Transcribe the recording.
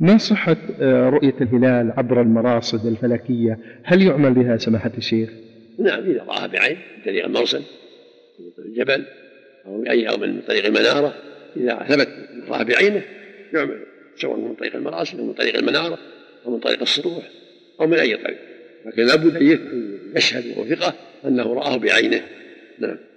ما صحة رؤية الهلال عبر المراصد الفلكية؟ هل يعمل بها سماحة الشيخ؟ نعم، إذا رآها بعين من طريق المرصد من طريق الجبل أو من طريق المنارة، إذا ثبت رآها بعينه يعمل، سواء من طريق المراصد أو من طريق المنارة أو من طريق السطوح أو من أي طريق، لكن لابد أن يشهد وثقة أنه رآه بعينه. نعم.